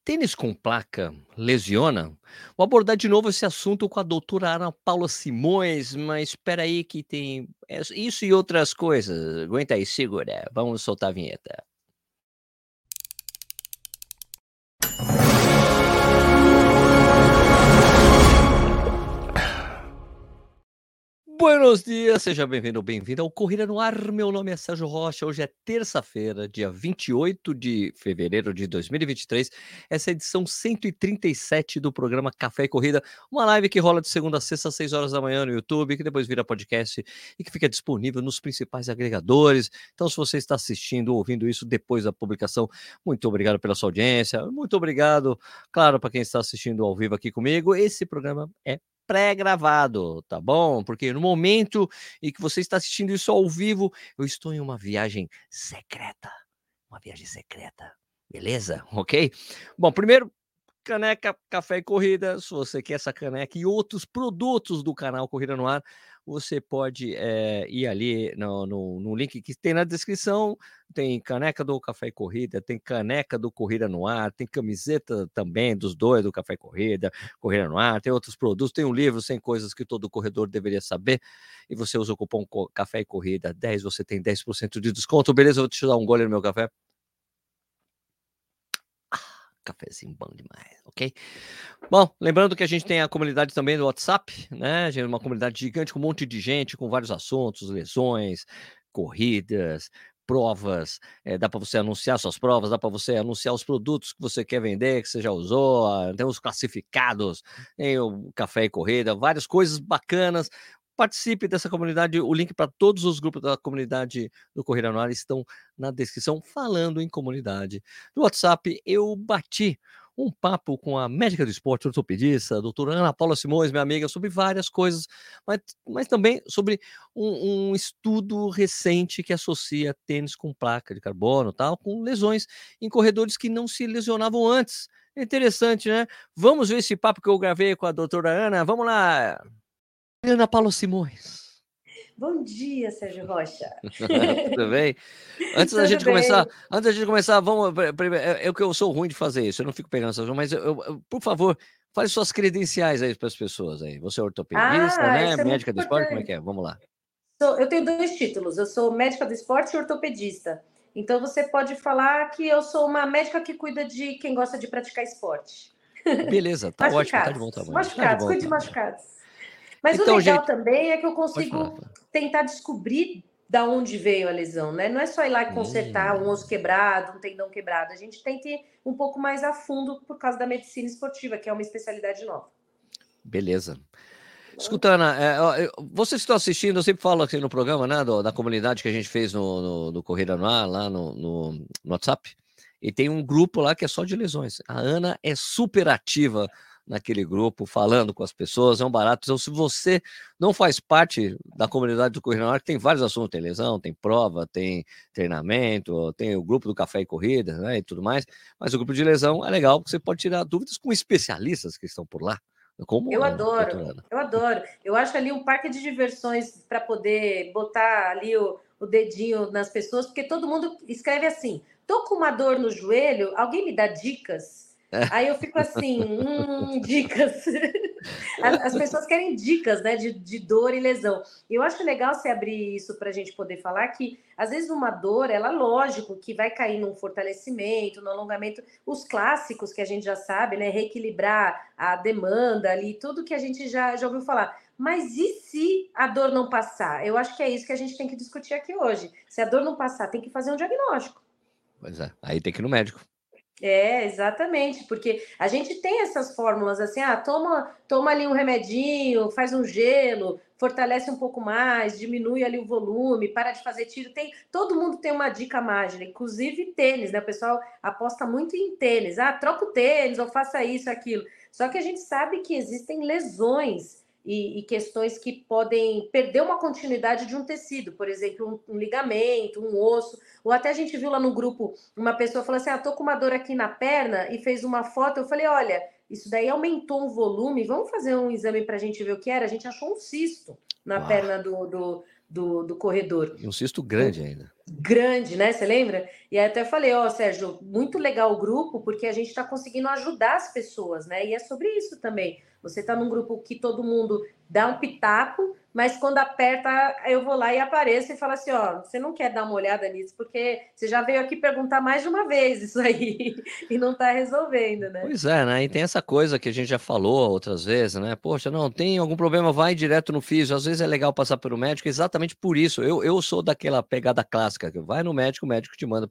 Tênis com placa lesiona? Vou abordar de novo esse assunto com a doutora Ana Paula Simões, mas espera aí que tem isso e outras coisas. Aguenta aí, segura. Vamos soltar a vinheta. Buenos dias, seja bem-vindo ou bem-vinda ao Corrida no Ar. Meu nome é Sérgio Rocha. Hoje é terça-feira, dia 28 de fevereiro de 2023. Essa é a edição 137 do programa Café e Corrida, uma live que rola de segunda a sexta às 6 horas da manhã no YouTube, que depois vira podcast e que fica disponível nos principais agregadores. Então, se você está assistindo ou ouvindo isso depois da publicação, muito obrigado pela sua audiência. Muito obrigado, claro, para quem está assistindo ao vivo aqui comigo. Esse programa é pré-gravado, tá bom? Porque no momento em que você está assistindo isso ao vivo, eu estou em uma viagem secreta, beleza? Ok? Bom, primeiro, caneca, café e corrida. Se você quer essa caneca e outros produtos do canal Corrida no Ar, você pode ir ali no link que tem na descrição. Tem caneca do Café e Corrida, tem caneca do Corrida no Ar, tem camiseta também dos dois, do Café e Corrida, Corrida no Ar, tem outros produtos, tem um livro 100 coisas que todo corredor deveria saber, e você usa o cupom Café e Corrida 10, você tem 10% de desconto, beleza? Eu vou te dar um gole no meu café. Cafezinho bom demais, ok? Bom, lembrando que a gente tem a comunidade também do WhatsApp, né? A gente é uma comunidade gigante com um monte de gente, com vários assuntos, lesões, corridas, provas. Dá para você anunciar suas provas, dá para você anunciar os produtos que você quer vender, que você já usou, tem os classificados, tem o café e corrida, várias coisas bacanas. Participe dessa comunidade, o link para todos os grupos da comunidade do Corrida no Ar estão na descrição. Falando em comunidade, no WhatsApp eu bati um papo com a médica do esporte, ortopedista, a doutora Ana Paula Simões, minha amiga, sobre várias coisas, mas também sobre um estudo recente que associa tênis com placa de carbono, tal, com lesões em corredores que não se lesionavam antes. É interessante, né? Vamos ver esse papo que eu gravei com a doutora Ana. Vamos lá. Ana Paula Simões. Bom dia, Sérgio Rocha. Tudo bem? Antes da Tudo gente começar, bem? vamos. É que eu sou ruim de fazer isso, eu não fico pegando essas coisas, mas por favor, fale suas credenciais aí para as pessoas aí. Você é ortopedista, né? Isso é muito Médica do esporte, como é que importante. é? Vamos lá. Eu tenho dois títulos, eu sou médica do esporte e ortopedista. Então você pode falar que eu sou uma médica que cuida de quem gosta de praticar esporte. Beleza, tá ótimo, tá de bom Machucados, tamanho. Tá de machucados, bom cuide de tamanho. machucados. Mas o Então, legal gente, também é que eu pode falar. consigo tentar descobrir da onde veio a lesão, né? Não é só ir lá e consertar um osso quebrado, um tendão quebrado. A gente tem que ir um pouco mais a fundo por causa da medicina esportiva, que é uma especialidade nova. Beleza. Escuta, Ana, vocês que estão assistindo, eu sempre falo aqui no programa, né, da comunidade que a gente fez no Corrida no Ar, lá no WhatsApp, e tem um grupo lá que é só de lesões. A Ana é super ativa naquele grupo, falando com as pessoas, é um barato. Então, se você não faz parte da comunidade do Corrida no Ar, que tem vários assuntos, tem lesão, tem prova, tem treinamento, tem o grupo do Café e Corrida, né, e tudo mais, mas o grupo de lesão é legal, porque você pode tirar dúvidas com especialistas que estão por lá, como Eu a adoro, doutora Ana. eu adoro. Eu acho ali um parque de diversões para poder botar ali o dedinho nas pessoas, porque todo mundo escreve assim: tô com uma dor no joelho, alguém me dá dicas? Aí eu fico assim, dicas. As pessoas querem dicas, né, de dor e lesão. E eu acho legal você abrir isso para a gente poder falar que, às vezes, uma dor, ela, lógico, que vai cair num fortalecimento, no alongamento, os clássicos que a gente já sabe, né, reequilibrar a demanda ali, tudo que a gente já ouviu falar. Mas e se a dor não passar? Eu acho que é isso que a gente tem que discutir aqui hoje. Se a dor não passar, tem que fazer um diagnóstico. Pois é, aí tem que ir no médico. É, exatamente, porque a gente tem essas fórmulas assim, toma ali um remedinho, faz um gelo, fortalece um pouco mais, diminui ali o volume, para de fazer tiro. Todo mundo tem uma dica mágica, inclusive tênis, né? O pessoal aposta muito em tênis. Troca o tênis ou faça isso, aquilo. Só que a gente sabe que existem lesões e questões que podem perder uma continuidade de um tecido, por exemplo, um ligamento, um osso, ou até a gente viu lá no grupo uma pessoa falou assim: tô com uma dor aqui na perna, e fez uma foto. Eu falei: olha, isso daí aumentou o volume, vamos fazer um exame para a gente ver o que era. A gente achou um cisto na Uau. perna do corredor. E um cisto grande ainda. grande, né? Você lembra? E aí até falei, ó, Sérgio, muito legal o grupo, porque a gente está conseguindo ajudar as pessoas, né? E é sobre isso também. Você está num grupo que todo mundo dá um pitaco, mas quando aperta, eu vou lá e apareço e falo assim, ó, você não quer dar uma olhada nisso, porque você já veio aqui perguntar mais de uma vez isso aí e não está resolvendo, né? Pois é, né, e tem essa coisa que a gente já falou outras vezes, né, poxa, não, tem algum problema, vai direto no físio, às vezes é legal passar pelo médico exatamente por isso, eu sou daquela pegada clássica, que vai no médico, o médico te manda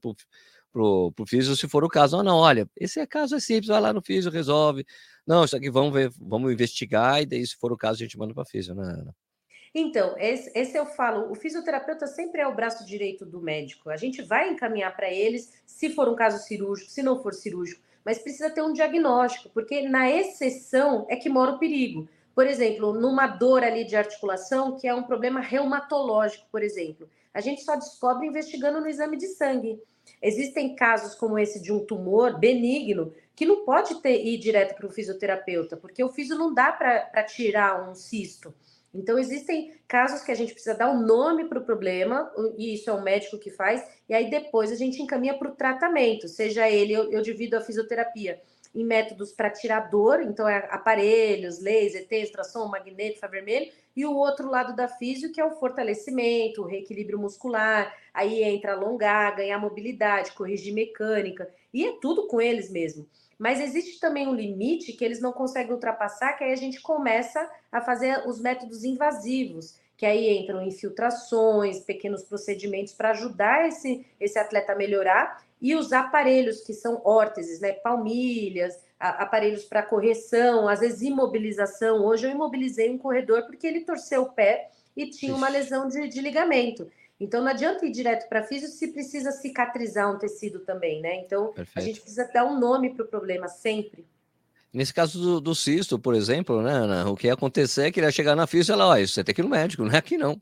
pro físio se for o caso, ou não, olha, esse caso é simples, vai lá no físio, resolve, não, isso aqui vamos ver, vamos investigar, e daí se for o caso a gente manda pra físio, né, Ana? Então, esse eu falo, o fisioterapeuta sempre é o braço direito do médico. A gente vai encaminhar para eles, se for um caso cirúrgico, se não for cirúrgico, mas precisa ter um diagnóstico, porque na exceção é que mora o perigo. Por exemplo, numa dor ali de articulação, que é um problema reumatológico, por exemplo, a gente só descobre investigando no exame de sangue. Existem casos como esse de um tumor benigno que não pode ir direto para o fisioterapeuta, porque o fisio não dá para tirar um cisto. Então, existem casos que a gente precisa dar um nome para o problema, e isso é o médico que faz, e aí depois a gente encaminha para o tratamento, seja ele, eu divido a fisioterapia em métodos para tirar dor, então é aparelhos, laser, T, ultrassom, magneto, infravermelho, e o outro lado da físio, que é o fortalecimento, o reequilíbrio muscular, aí entra alongar, ganhar mobilidade, corrigir mecânica, e é tudo com eles mesmo. Mas existe também um limite que eles não conseguem ultrapassar, que aí a gente começa a fazer os métodos invasivos, que aí entram infiltrações, pequenos procedimentos para ajudar esse atleta a melhorar, e os aparelhos que são órteses, né? Palmilhas, aparelhos para correção, às vezes imobilização. Hoje eu imobilizei um corredor porque ele torceu o pé e tinha uma Ixi, lesão de ligamento. Então não adianta ir direto para físio se precisa cicatrizar um tecido também, né? Então a gente perfeito. precisa dar um nome para o problema sempre. Nesse caso do cisto, por exemplo, né, Ana, o que ia acontecer é que ele ia chegar na físio e ela: "Ó, isso você tem que ir no médico, não é aqui não.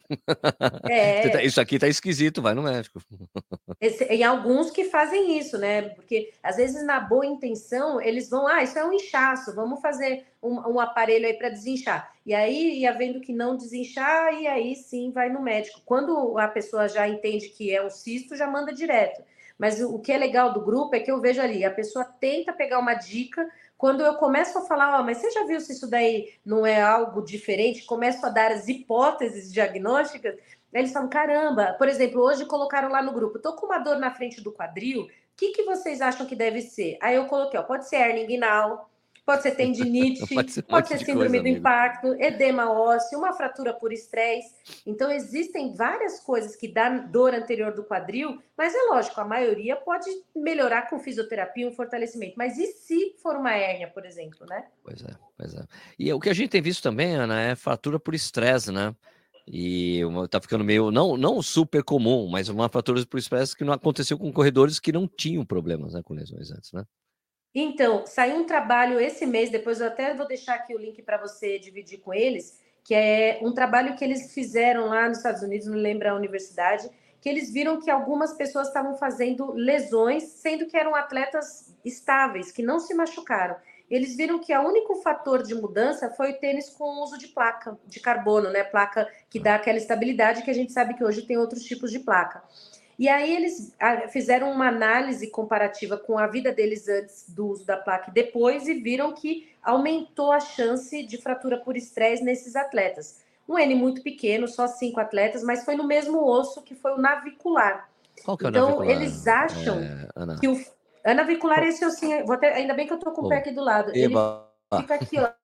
É, Isso aqui tá esquisito, vai no médico". em alguns que fazem isso, né? Porque às vezes na boa intenção eles vão, isso é um inchaço, vamos fazer um aparelho aí para desinchar. E aí ia vendo que não desinchar, e aí sim vai no médico. Quando a pessoa já entende que é um cisto, já manda direto. Mas o que é legal do grupo é que eu vejo ali, a pessoa tenta pegar uma dica. Quando eu começo a falar, mas você já viu se isso daí não é algo diferente? Começo a dar as hipóteses diagnósticas. Aí eles falam, caramba, por exemplo, hoje colocaram lá no grupo, tô com uma dor na frente do quadril, o que vocês acham que deve ser? Aí eu coloquei, ó, pode ser hernia inguinal, pode ser Pode tendinite, ser um pode monte ser de síndrome coisa, do amigo. impacto, edema ósseo, uma fratura por estresse. Então existem várias coisas que dão dor anterior do quadril, mas é lógico, a maioria pode melhorar com fisioterapia, um fortalecimento. Mas e se for uma hérnia, por exemplo, né? Pois é, pois é. E o que a gente tem visto também, Ana, é fratura por estresse, né. Tá ficando meio não super comum, mas uma fratura por estresse que não aconteceu com corredores que não tinham problemas, né, com lesões antes, né. Então, saiu um trabalho esse mês, depois eu até vou deixar aqui o link para você dividir com eles, que é um trabalho que eles fizeram lá nos Estados Unidos, não lembro a universidade, que eles viram que algumas pessoas estavam fazendo lesões, sendo que eram atletas estáveis, que não se machucaram. Eles viram que o único fator de mudança foi o tênis com o uso de placa de carbono, né? Placa que Hã. dá aquela estabilidade que a gente sabe que hoje tem outros tipos de placa. E aí eles fizeram uma análise comparativa com a vida deles antes do uso da placa e depois e viram que aumentou a chance de fratura por estresse nesses atletas. Um N muito pequeno, só 5 atletas, mas foi no mesmo osso que foi o navicular. Qual que é o Então, navicular, eles acham Ana? que o a navicular, Qual esse ossinho, ainda bem que eu tô com o pé oh, aqui do lado, ele eba! fica aqui, ó,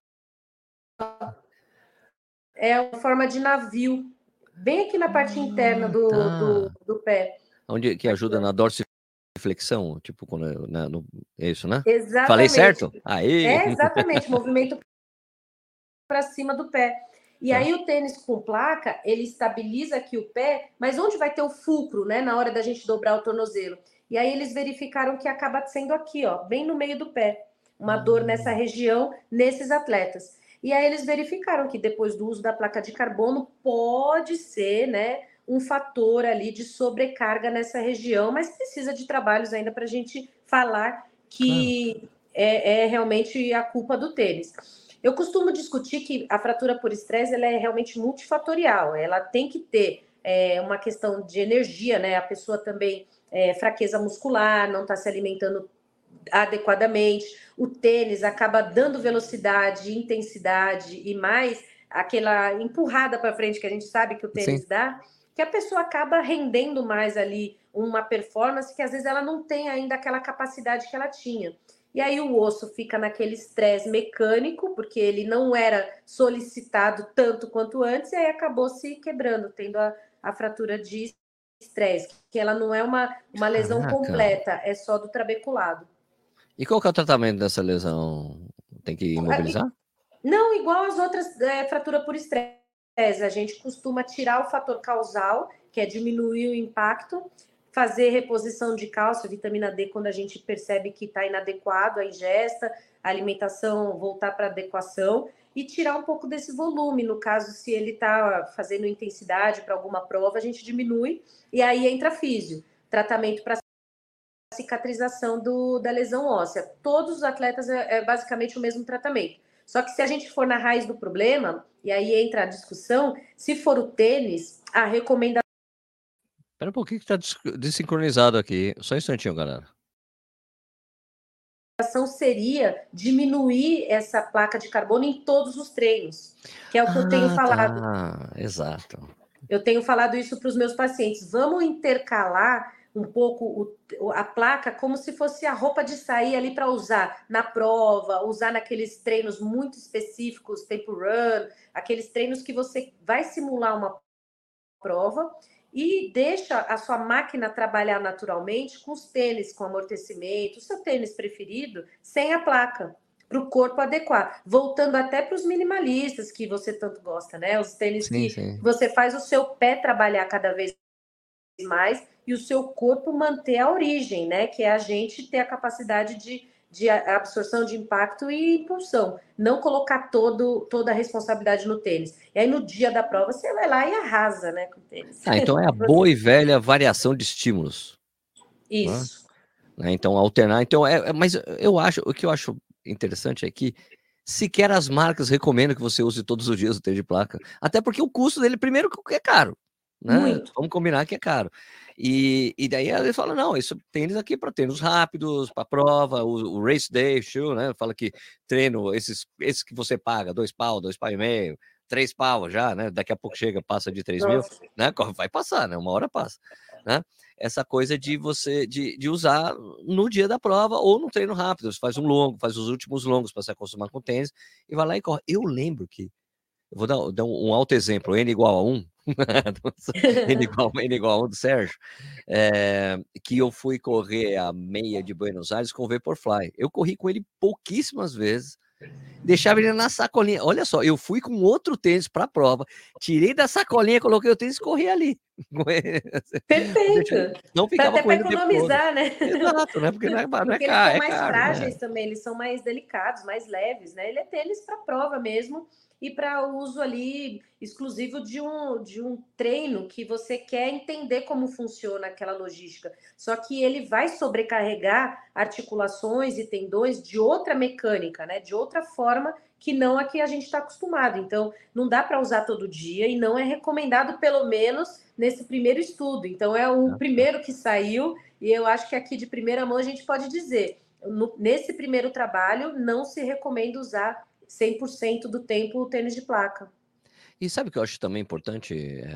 é uma forma de navio, bem aqui na parte interna Ah, do pé. onde que Aqui, ajuda ó. na dorsiflexão, tipo quando, né, no é isso, né? Falei Exatamente. certo? Aê! É exatamente, movimento para cima do pé. E Tá. aí o tênis com placa, ele estabiliza aqui o pé, mas onde vai ter o fulcro, né, na hora da gente dobrar o tornozelo? E aí eles verificaram que acaba sendo aqui, ó, bem no meio do pé. Uma dor nessa Hum, região, nesses atletas. E aí eles verificaram que depois do uso da placa de carbono, pode ser, né, um fator ali de sobrecarga nessa região, mas precisa de trabalhos ainda para a gente falar claro. que é realmente a culpa do tênis. Eu costumo discutir que a fratura por estresse ela é realmente multifatorial. Ela tem que ter uma questão de energia, né? A pessoa também fraqueza muscular, não está se alimentando adequadamente. O tênis acaba dando velocidade, intensidade e mais aquela empurrada para frente que a gente sabe que o Sim. tênis dá, que a pessoa acaba rendendo mais ali uma performance que às vezes ela não tem ainda aquela capacidade que ela tinha. E aí o osso fica naquele estresse mecânico, porque ele não era solicitado tanto quanto antes, e aí acabou se quebrando, tendo a fratura de estresse, que ela não é uma lesão Caraca. completa, é só do trabeculado. E qual que é o tratamento dessa lesão? Tem que imobilizar? Não, igual as outras fratura por estresse. A gente costuma tirar o fator causal, que é diminuir o impacto, fazer reposição de cálcio, vitamina D, quando a gente percebe que está inadequado a ingesta, a alimentação voltar para adequação, e tirar um pouco desse volume. No caso, se ele está fazendo intensidade para alguma prova, a gente diminui, e aí entra físio, tratamento para cicatrização da lesão óssea. Todos os atletas é basicamente o mesmo tratamento. Só que se a gente for na raiz do problema, e aí entra a discussão, se for o tênis, a recomendação Espera um pouquinho que tá desincronizado aqui. Só um instantinho, galera. seria diminuir essa placa de carbono em todos os treinos, que é o que eu tenho falado. Tá. Exato. Eu tenho falado isso para os meus pacientes. Vamos intercalar um pouco a placa como se fosse a roupa de sair ali para usar na prova, usar naqueles treinos muito específicos, tempo run, aqueles treinos que você vai simular uma prova e deixa a sua máquina trabalhar naturalmente com os tênis, com amortecimento, o seu tênis preferido, sem a placa, para o corpo adequar. Voltando até para os minimalistas que você tanto gosta, né? Os tênis Sim, que sim. você faz o seu pé trabalhar cada vez mais e o seu corpo manter a origem, né? Que é a gente ter a capacidade de absorção de impacto e impulsão. Não colocar toda a responsabilidade no tênis. E aí, no dia da prova, você vai lá e arrasa, né, com o tênis. Então é a boa e velha variação de estímulos, né? Isso. Então alternar, então mas eu acho, o que eu acho interessante é que sequer as marcas recomendam que você use todos os dias o tênis de placa, até porque o custo dele primeiro que é caro, né, Muito. vamos combinar que é caro. E daí eles falam: "Não, isso tênis aqui para treinos rápidos, para prova, o race day shoe", né, fala que treino esses que você paga 2 pau, 2 pau e meio, 3 pau já, né, daqui a pouco chega, passa de 3.000, Nossa. né, vai passar, né, uma hora passa, né. Essa coisa de você de usar no dia da prova ou no treino rápido, você faz um longo, faz os últimos longos para se acostumar com o tênis e vai lá e corre. Eu lembro que eu vou dar um alto exemplo, N igual a 1, N igual a 1 do Sérgio, que eu fui correr a meia de Buenos Aires com o Vaporfly. Eu corri com ele pouquíssimas vezes, deixava ele na sacolinha. Olha só, eu fui com outro tênis para a prova, tirei da sacolinha, coloquei o tênis e corri ali. Perfeito. Não ficava Até com para ele o tempo todo. economizar, né? Exato, né, porque não é Porque eles são é mais caro, né. frágeis também, eles são mais delicados, mais leves, né? Ele é tênis para prova mesmo e para uso ali exclusivo de um treino que você quer entender como funciona aquela logística. Só que ele vai sobrecarregar articulações e tendões de outra mecânica, né? De outra forma que não a que a gente está acostumado. Então, não dá para usar todo dia e não é recomendado, pelo menos nesse primeiro estudo. Então, é o primeiro que saiu e eu acho que aqui de primeira mão a gente pode dizer, nesse primeiro trabalho não se recomenda usar 100% do tempo o tênis de placa. E sabe o que eu acho também importante,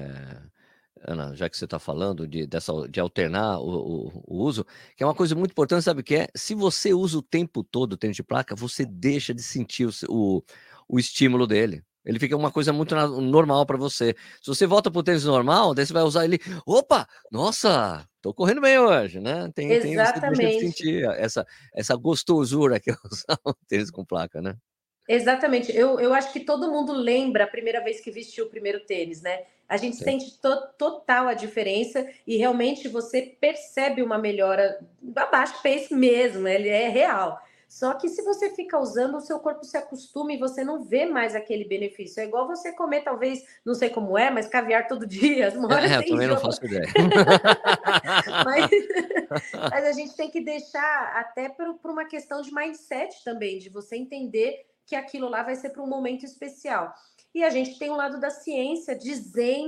Ana, já que você está falando de alternar o uso, que é uma coisa muito importante, sabe o que é? Se você usa o tempo todo o tênis de placa, você deixa de sentir o estímulo dele. Ele fica uma coisa muito normal para você. Se você volta para o tênis normal, daí você vai usar ele: "Opa, nossa, tô correndo bem hoje", né. Você deixa de Exatamente. sentir essa gostosura que é usar o tênis com placa, né. Exatamente. Eu acho que todo mundo lembra a primeira vez que vestiu o primeiro tênis, né? A gente Sim. sente total a diferença e realmente você percebe uma melhora abaixo pace mesmo, ele é real. Só que se você fica usando, o seu corpo se acostuma e você não vê mais aquele benefício. É igual você comer, talvez, não sei como é, mas caviar todo dia. Uma hora Eu você também não enjoa. faço ideia. Mas, mas a gente tem que deixar até por uma questão de mindset também, de você entender que aquilo lá vai ser para um momento especial. E a gente tem um lado da ciência dizendo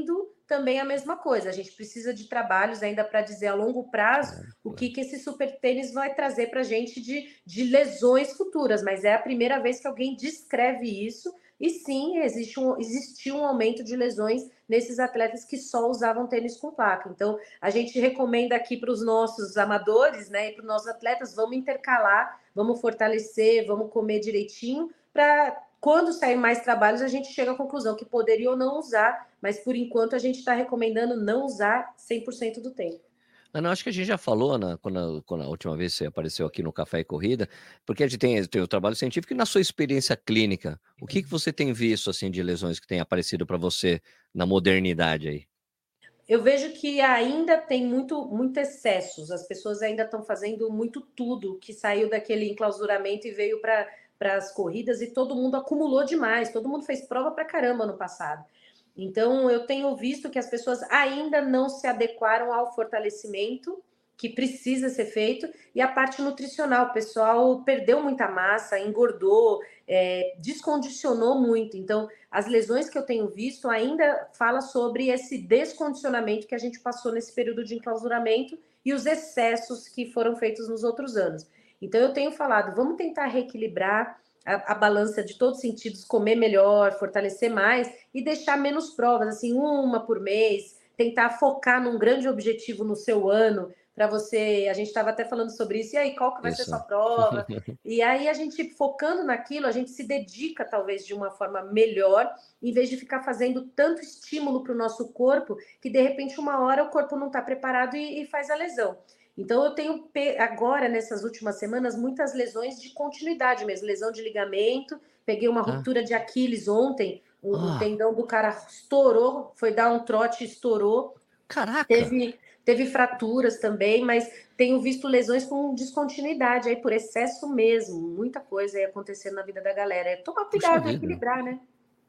também a mesma coisa. A gente precisa de trabalhos ainda para dizer a longo prazo Claro, o claro. que esse super tênis vai trazer para a gente de lesões futuras, mas é a primeira vez que alguém descreve isso. E sim, existiu um aumento de lesões nesses atletas que só usavam tênis com placa. Então, a gente recomenda aqui para os nossos amadores, né, e para os nossos atletas, vamos intercalar, vamos fortalecer, vamos comer direitinho, para quando sair mais trabalhos, a gente chega à conclusão que poderia ou não usar, mas por enquanto a gente está recomendando não usar 100% do tempo. Ana, acho que a gente já falou quando a última vez você apareceu aqui no Café e Corrida, porque a gente tem o trabalho científico e na sua experiência clínica, o que você tem visto, assim, de lesões que têm aparecido para você na modernidade aí? Eu vejo que ainda tem muito excessos, as pessoas ainda estão fazendo muito tudo que saiu daquele enclausuramento e veio para as corridas e todo mundo acumulou demais, todo mundo fez prova para caramba no passado. Então, eu tenho visto que as pessoas ainda não se adequaram ao fortalecimento que precisa ser feito e a parte nutricional. O pessoal perdeu muita massa, engordou, descondicionou muito. Então, as lesões que eu tenho visto ainda fala sobre esse descondicionamento que a gente passou nesse período de enclausuramento e os excessos que foram feitos nos outros anos. Então, eu tenho falado, vamos tentar reequilibrar a balança de todos os sentidos, comer melhor, fortalecer mais e deixar menos provas, assim, uma por mês, tentar focar num grande objetivo no seu ano, para você, a gente estava até falando sobre isso, e aí, qual que vai ser Isso. sua prova? E aí, a gente focando naquilo, a gente se dedica, talvez, de uma forma melhor, em vez de ficar fazendo tanto estímulo para o nosso corpo, que, de repente, uma hora o corpo não está preparado e faz a lesão. Então, eu tenho agora, nessas últimas semanas, muitas lesões de continuidade mesmo, lesão de ligamento. Peguei uma Ah, ruptura de Aquiles ontem, o ah, tendão do cara estourou, foi dar um trote, estourou. caraca! Teve fraturas também, mas tenho visto lesões com descontinuidade aí por excesso mesmo. Muita coisa aí acontecendo na vida da galera. É tomar Puxa cuidado, vida, equilibrar, né?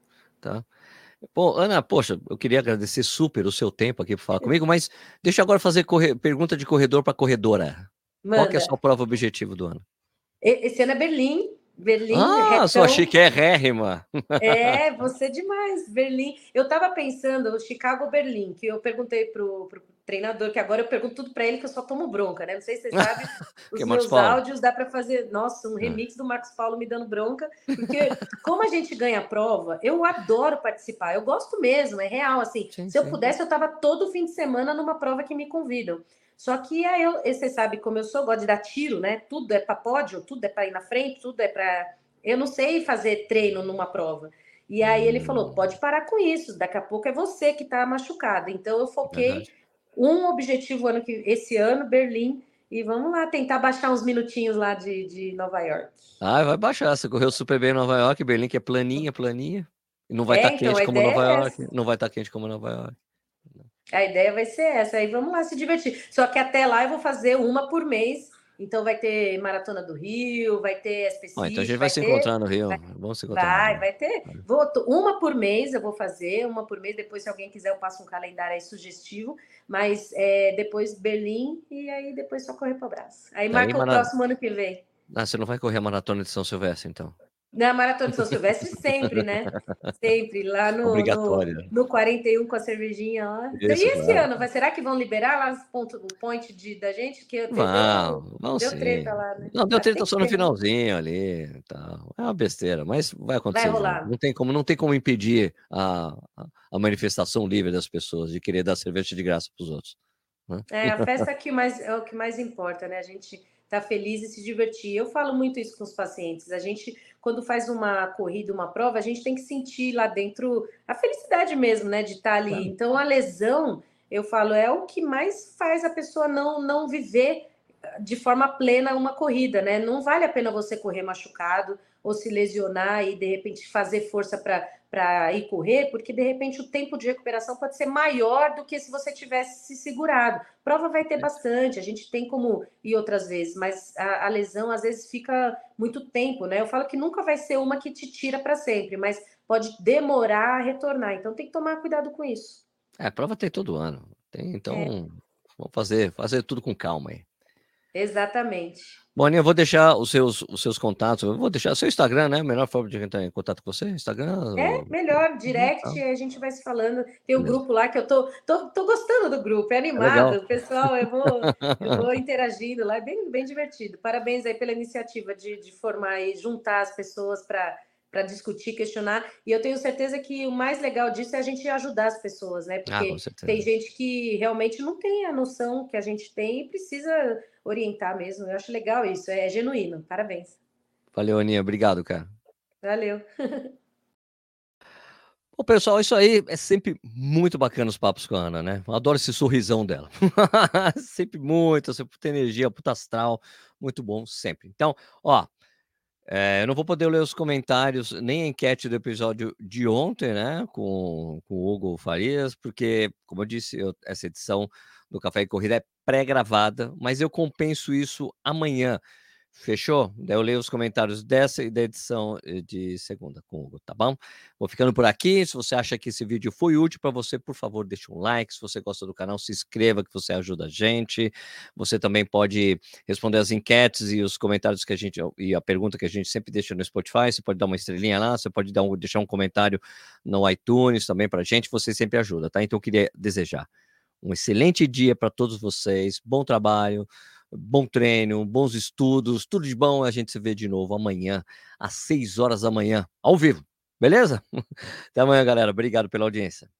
tá. Bom, Ana, poxa, eu queria agradecer super o seu tempo aqui para falar comigo, mas deixa eu agora fazer pergunta de corredor para corredora. Qual que é a Manda. sua prova objetivo do ano? Esse ano é Berlim. Berlim, Ah, sua retão. chiquérrima. É, você demais, Berlim. Eu estava pensando, Chicago-Berlim, que eu perguntei pro treinador, que agora eu pergunto tudo para ele, que eu só tomo bronca, né? Não sei se você sabe, Que é os Marcos meus Paulo. áudios dá para fazer, nossa, um Ah, remix do Marcos Paulo me dando bronca, porque como a gente ganha prova, eu adoro participar, eu gosto mesmo, é real, assim, sim, se eu sim. pudesse, eu estava todo fim de semana numa prova que me convidam. Só que aí você sabe como eu sou, gosto de dar tiro, né? Tudo é para pódio, tudo é para ir na frente, tudo é para eu não sei fazer treino numa prova. E aí ele falou: pode Hum, parar com isso, daqui a pouco é você que está machucada. Então eu foquei verdade. um objetivo esse ano, Berlim, e vamos lá tentar baixar uns minutinhos lá de Nova York. Ah, vai baixar. Você correu super bem em Nova York, Berlim, que é planinha, planinha. E não vai estar Então quente a como ideia Nova é York. essa. Não vai estar quente como Nova York. A ideia vai ser essa. Aí vamos lá se divertir. Só que até lá eu vou fazer uma por mês. Então vai ter Maratona do Rio, vai ter SP Ó, então a gente City, vai vai se ter. encontrar no Rio. Vamos se encontrar no Vai, Rio. vai ter. Uma por mês eu vou fazer, uma por mês. Depois, se alguém quiser, eu passo um calendário aí sugestivo. Mas depois Berlim e aí depois só correr para o braço. Aí Daí, marca o próximo ano que vem. Ah, você não vai correr a maratona de São Silvestre, então? Na Maratona de São Silvestre, sempre, né? Sempre, lá Obrigatório, né? no 41 com a cervejinha lá. Isso, E esse claro. ano, será que vão liberar lá o point da gente? Que Vão deu treta sim. lá, né? Não, deu Tem treta que só no ter, né? finalzinho ali e tal. É uma besteira, mas vai Vai acontecer de novo. rolar. Não tem como impedir a manifestação livre das pessoas de querer dar cerveja de graça para os outros, né. A festa é o que mais importa, né? A gente tá feliz e se divertir. Eu falo muito isso com os pacientes. A gente, quando faz uma corrida, uma prova, a gente tem que sentir lá dentro a felicidade mesmo, né? De estar ali. Claro. Então, a lesão, eu falo, é o que mais faz a pessoa não viver de forma plena uma corrida, né? Não vale a pena você correr machucado ou se lesionar e de repente fazer força para ir correr, porque de repente o tempo de recuperação pode ser maior do que se você tivesse se segurado. Prova vai ter bastante, a gente tem como ir outras vezes, mas a lesão às vezes fica muito tempo, né? Eu falo que nunca vai ser uma que te tira para sempre, mas pode demorar a retornar, então tem que tomar cuidado com isso. É, prova tem todo ano. Tem, É, então vamos fazer tudo com calma aí. Exatamente. Boninha, eu vou deixar os seus contatos, eu vou deixar seu Instagram, né? A melhor forma de entrar em contato com você, Instagram. Melhor, direct, a gente vai se falando. Tem um Beleza. grupo lá que eu tô gostando do grupo, é É legal. animado, pessoal, eu vou interagindo lá, é bem divertido. Parabéns aí pela iniciativa de formar e juntar as pessoas para discutir, questionar. E eu tenho certeza que o mais legal disso é a gente ajudar as pessoas, né? Ah, com Porque tem certeza. gente que realmente não tem a noção que a gente tem e precisa orientar mesmo. Eu acho legal isso, é genuíno. Parabéns. Valeu, Aninha. Obrigado, cara. Valeu. Bom, pessoal, isso aí é sempre muito bacana os papos com a Ana, né? Eu adoro esse sorrisão dela. Sempre muito, sempre puta energia, puta astral, muito bom, sempre. Então, ó, eu não vou poder ler os comentários, nem a enquete do episódio de ontem, né, com o Hugo Farias, porque, como eu disse, essa edição do Café e Corrida é pré-gravada, mas eu compenso isso amanhã. Fechou? Daí eu leio os comentários dessa e da edição de segunda com o Hugo, tá bom? Vou ficando por aqui. Se você acha que esse vídeo foi útil para você, por favor, deixa um like. Se você gosta do canal, se inscreva, que você ajuda a gente. Você também pode responder as enquetes e os comentários que a gente e a pergunta que a gente sempre deixa no Spotify. Você pode dar uma estrelinha lá, você pode deixar um comentário no iTunes também para a gente. Você sempre ajuda, tá? Então eu queria desejar um excelente dia para todos vocês. Bom trabalho. Bom treino, bons estudos, tudo de bom. A gente se vê de novo amanhã, às 6 horas da manhã, ao vivo. Beleza? Até amanhã, galera. Obrigado pela audiência.